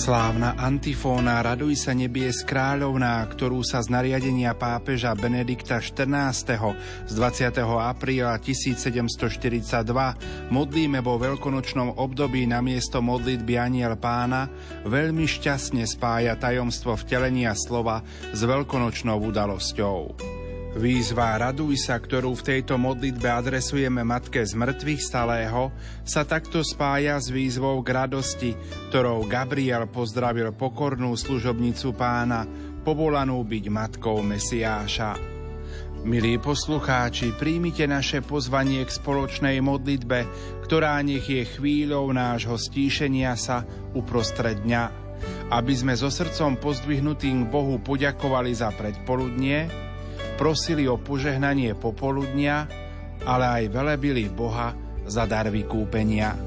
Slávna antifóna Raduj sa nebies kráľovná, ktorú sa z nariadenia pápeža Benedikta XIV. Z 20. apríla 1742 modlíme vo veľkonočnom období namiesto modlitby Anjel Pána, veľmi šťastne spája tajomstvo vtelenia slova s veľkonočnou udalosťou. Výzva Raduj sa, ktorú v tejto modlitbe adresujeme Matke z mŕtvych stalého, sa takto spája s výzvou k radosti, ktorou Gabriel pozdravil pokornú služobnicu Pána, povolanú byť matkou Mesiáša. Milí poslucháči, príjmite naše pozvanie k spoločnej modlitbe, ktorá nech je chvíľou nášho stíšenia sa uprostred dňa, aby sme so srdcom pozdvihnutým k Bohu poďakovali za predpoludnie, prosili o požehnanie popoludnia, ale aj velebili Boha za dar vykúpenia.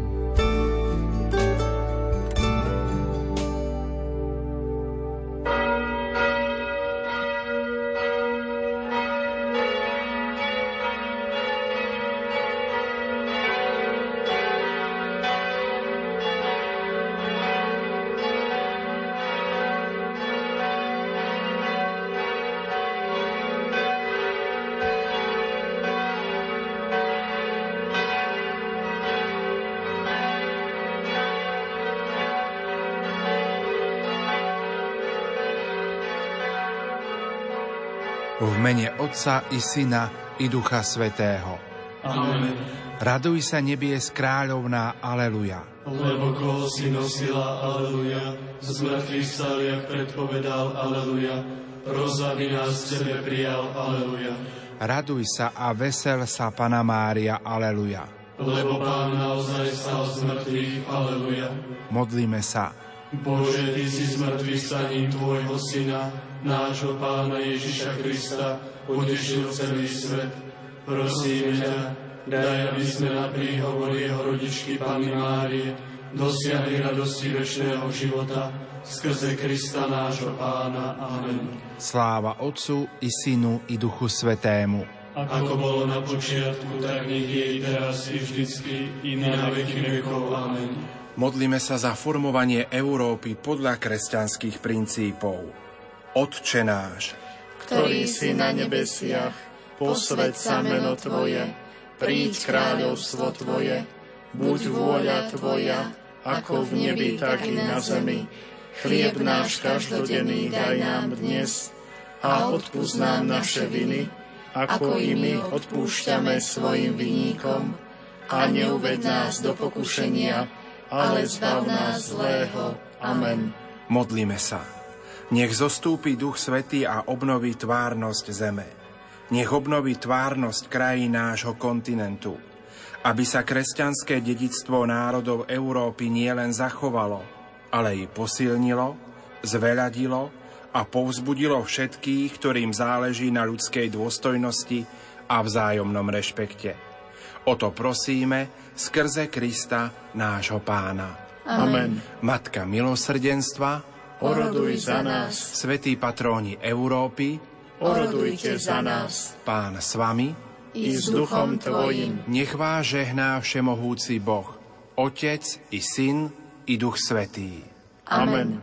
V mene Otca i Syna i Ducha Svätého. Amen. Raduj sa nebies kráľovná, aleluja. Lebo koho si nosila, aleluja, z mŕtvych vstal, jak predpovedal, aleluja, roza by nás tebe prijal, aleluja. Raduj sa a vesel sa, Panna Mária, aleluja. Lebo Pán naozaj vstal z mŕtvych, aleluja. Modlíme sa. Bože, Ty si z mŕtvych staním Tvojho Syna, nášho Pána Ježiša Krista, potešil celý svet. Prosíme ťa, daj, aby sme na príhovor jeho rodičky Panny Márie dosiahli radosti večného života skrze Krista nášho Pána. Amen. Sláva Otcu i Synu i Duchu Svätému. Ako bolo na počiatku, tak nech je i teraz i vždycky i na veky vekov. Amen. Modlíme sa za formovanie Európy podľa kresťanských princípov. Otče náš, ktorý si na nebesiach, posväť sa meno Tvoje, príď kráľovstvo Tvoje, buď vôľa Tvoja, ako v nebi, tak i na zemi. Chlieb náš každodenný daj nám dnes a odpusť nám naše viny, ako i my odpúšťame svojim vinníkom. A neuveď nás do pokušenia, ale zbav nás zlého. Amen. Modlíme sa. Nech zostúpi Duch Svätý a obnoví tvárnosť zeme. Nech obnoví tvárnosť krajín nášho kontinentu. Aby sa kresťanské dedičstvo národov Európy nielen zachovalo, ale i posilnilo, zveľadilo a povzbudilo všetkých, ktorým záleží na ľudskej dôstojnosti a vzájomnom rešpekte. O to prosíme skrze Krista, nášho Pána. Amen. Matka milosrdenstva, oroduj za nás. Svätí patróni Európy, orodujte za nás. Pán s vami i s duchom Tvojim. Nech vás žehná všemohúci Boh, Otec i Syn i Duch Svätý. Amen.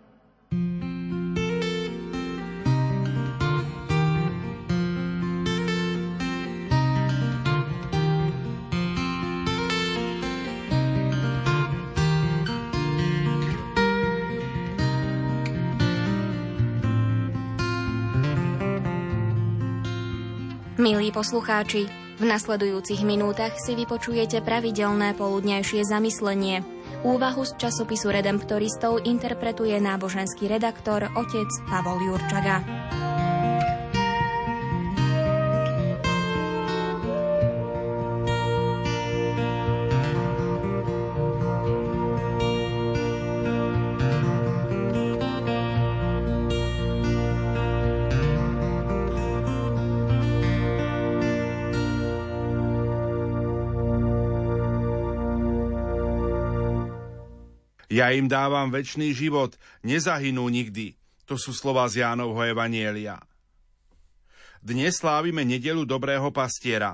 Milí poslucháči, v nasledujúcich minútach si vypočujete pravidelné poludňajšie zamyslenie. Úvahu z časopisu Redemptoristov interpretuje náboženský redaktor otec Pavol Jurčaga. Ja im dávam večný život, nezahynú nikdy. To sú slová z Jánovho evanjelia. Dnes slávime nedeľu dobrého pastiera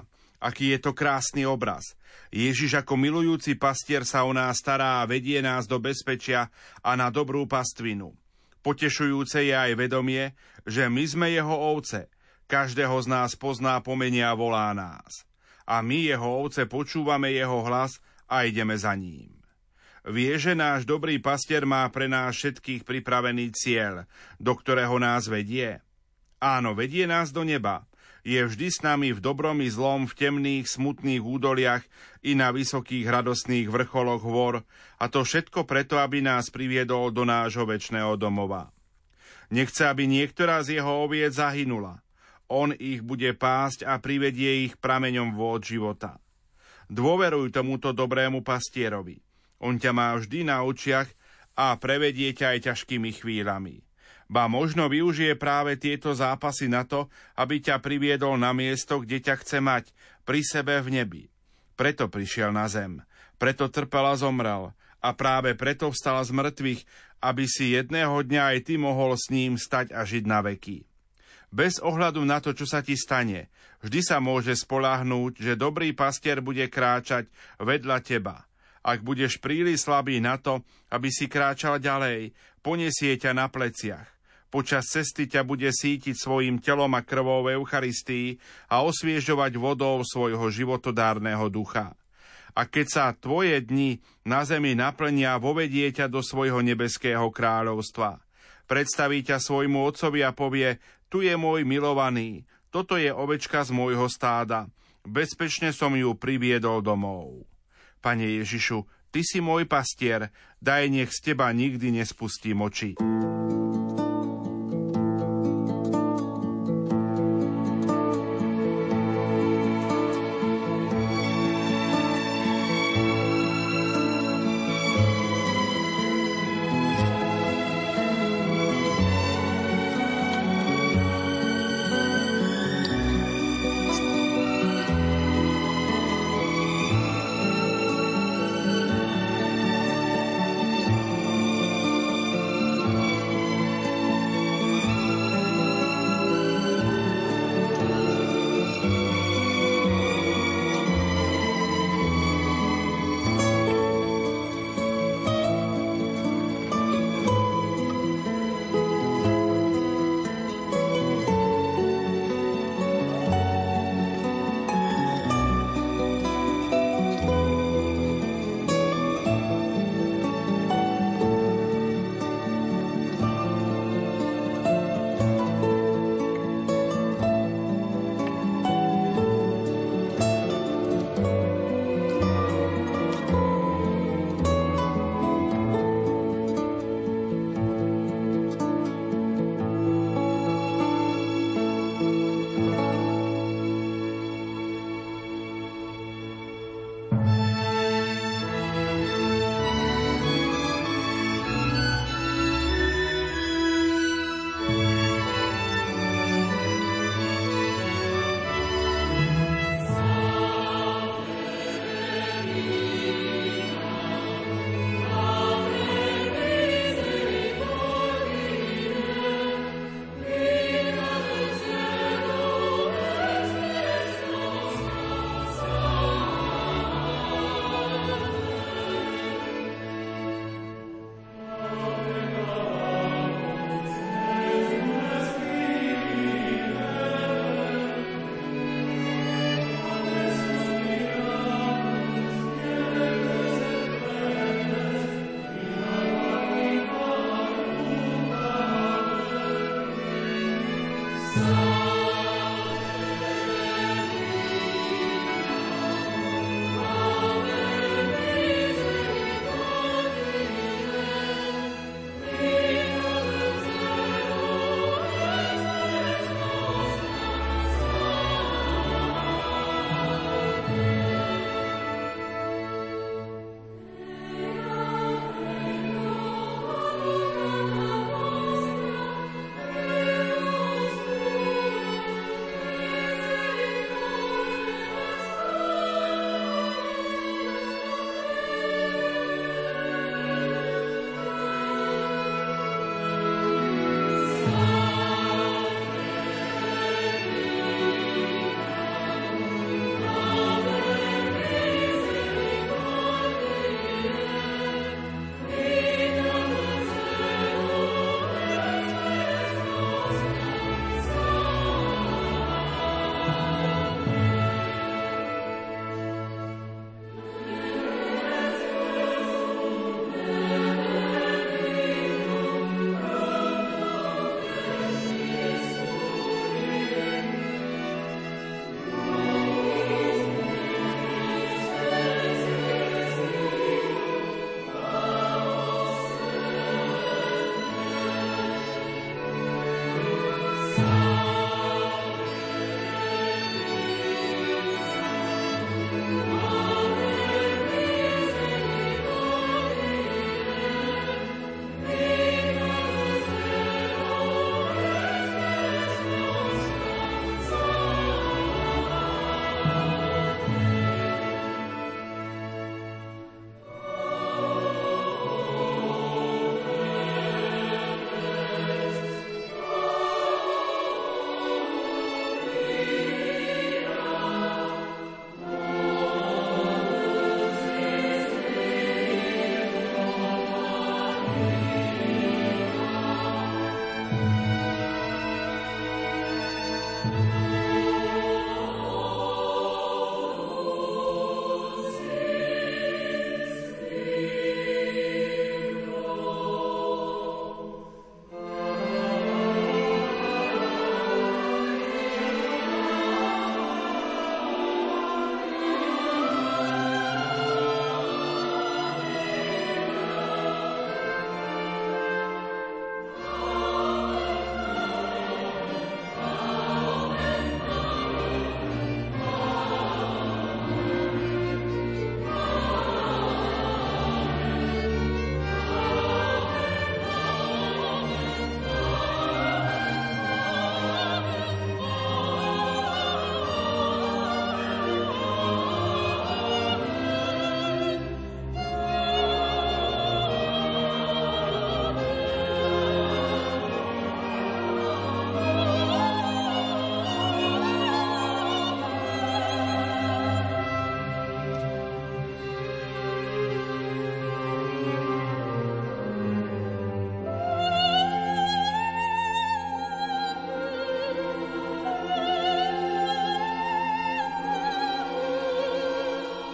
Aký je to krásny obraz. Ježiš ako milujúci pastier sa o nás stará a vedie nás do bezpečia a na dobrú pastvinu. Potešujúce je aj vedomie, že my sme jeho ovce. Každého z nás pozná, pomenie a volá nás. A my, jeho ovce, počúvame jeho hlas a ideme za ním. Vie, že náš dobrý pastier má pre nás všetkých pripravený cieľ, do ktorého nás vedie? Áno, vedie nás do neba. Je vždy s nami v dobrom i zlom, v temných, smutných údoliach i na vysokých radostných vrcholoch hôr, a to všetko preto, aby nás priviedol do nášho večného domova. Nechce, aby niektorá z jeho oviec zahynula. On ich bude pásť a privedie ich prameňom vôd života. Dôveruj tomuto dobrému pastierovi. On ťa má vždy na očiach a prevedie ťa aj ťažkými chvíľami. Ba možno využije práve tieto zápasy na to, aby ťa priviedol na miesto, kde ťa chce mať, pri sebe v nebi. Preto prišiel na zem, preto trpel a zomrel a práve preto vstal z mŕtvych, aby si jedného dňa aj ty mohol s ním stať a žiť na veky. Bez ohľadu na to, čo sa ti stane, vždy sa môže spoľahnúť, že dobrý pastier bude kráčať vedľa teba. Ak budeš príliš slabý na to, aby si kráčal ďalej, poniesie ťa na pleciach. Počas cesty ťa bude sítiť svojim telom a krvou v Eucharistii a osviežovať vodou svojho životodárneho ducha. A keď sa tvoje dni na zemi naplnia, vovedie ťa do svojho nebeského kráľovstva. Predstaví ťa svojmu otcovi a povie: tu je môj milovaný, toto je ovečka z môjho stáda. Bezpečne som ju priviedol domov. Pane Ježišu, ty si môj pastier, daj, nech z teba nikdy nespustím oči.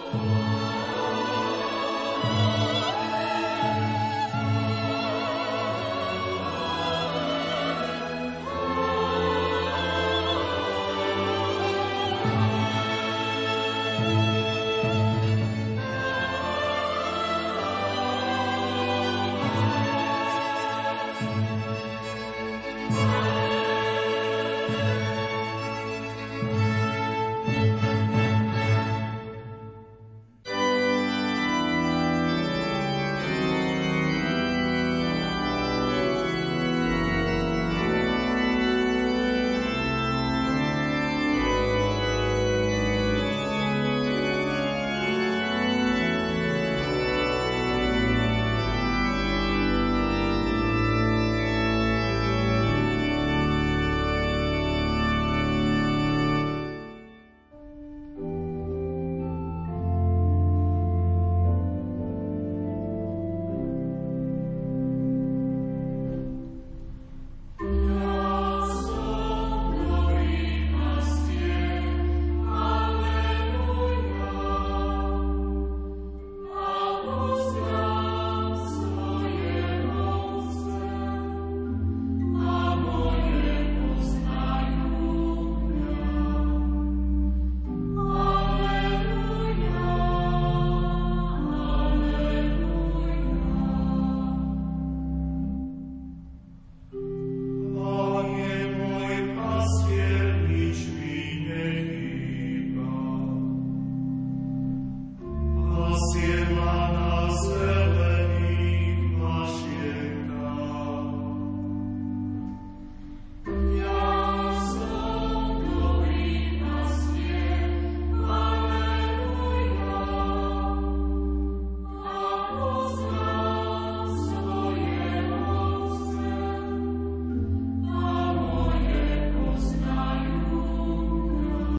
Amen.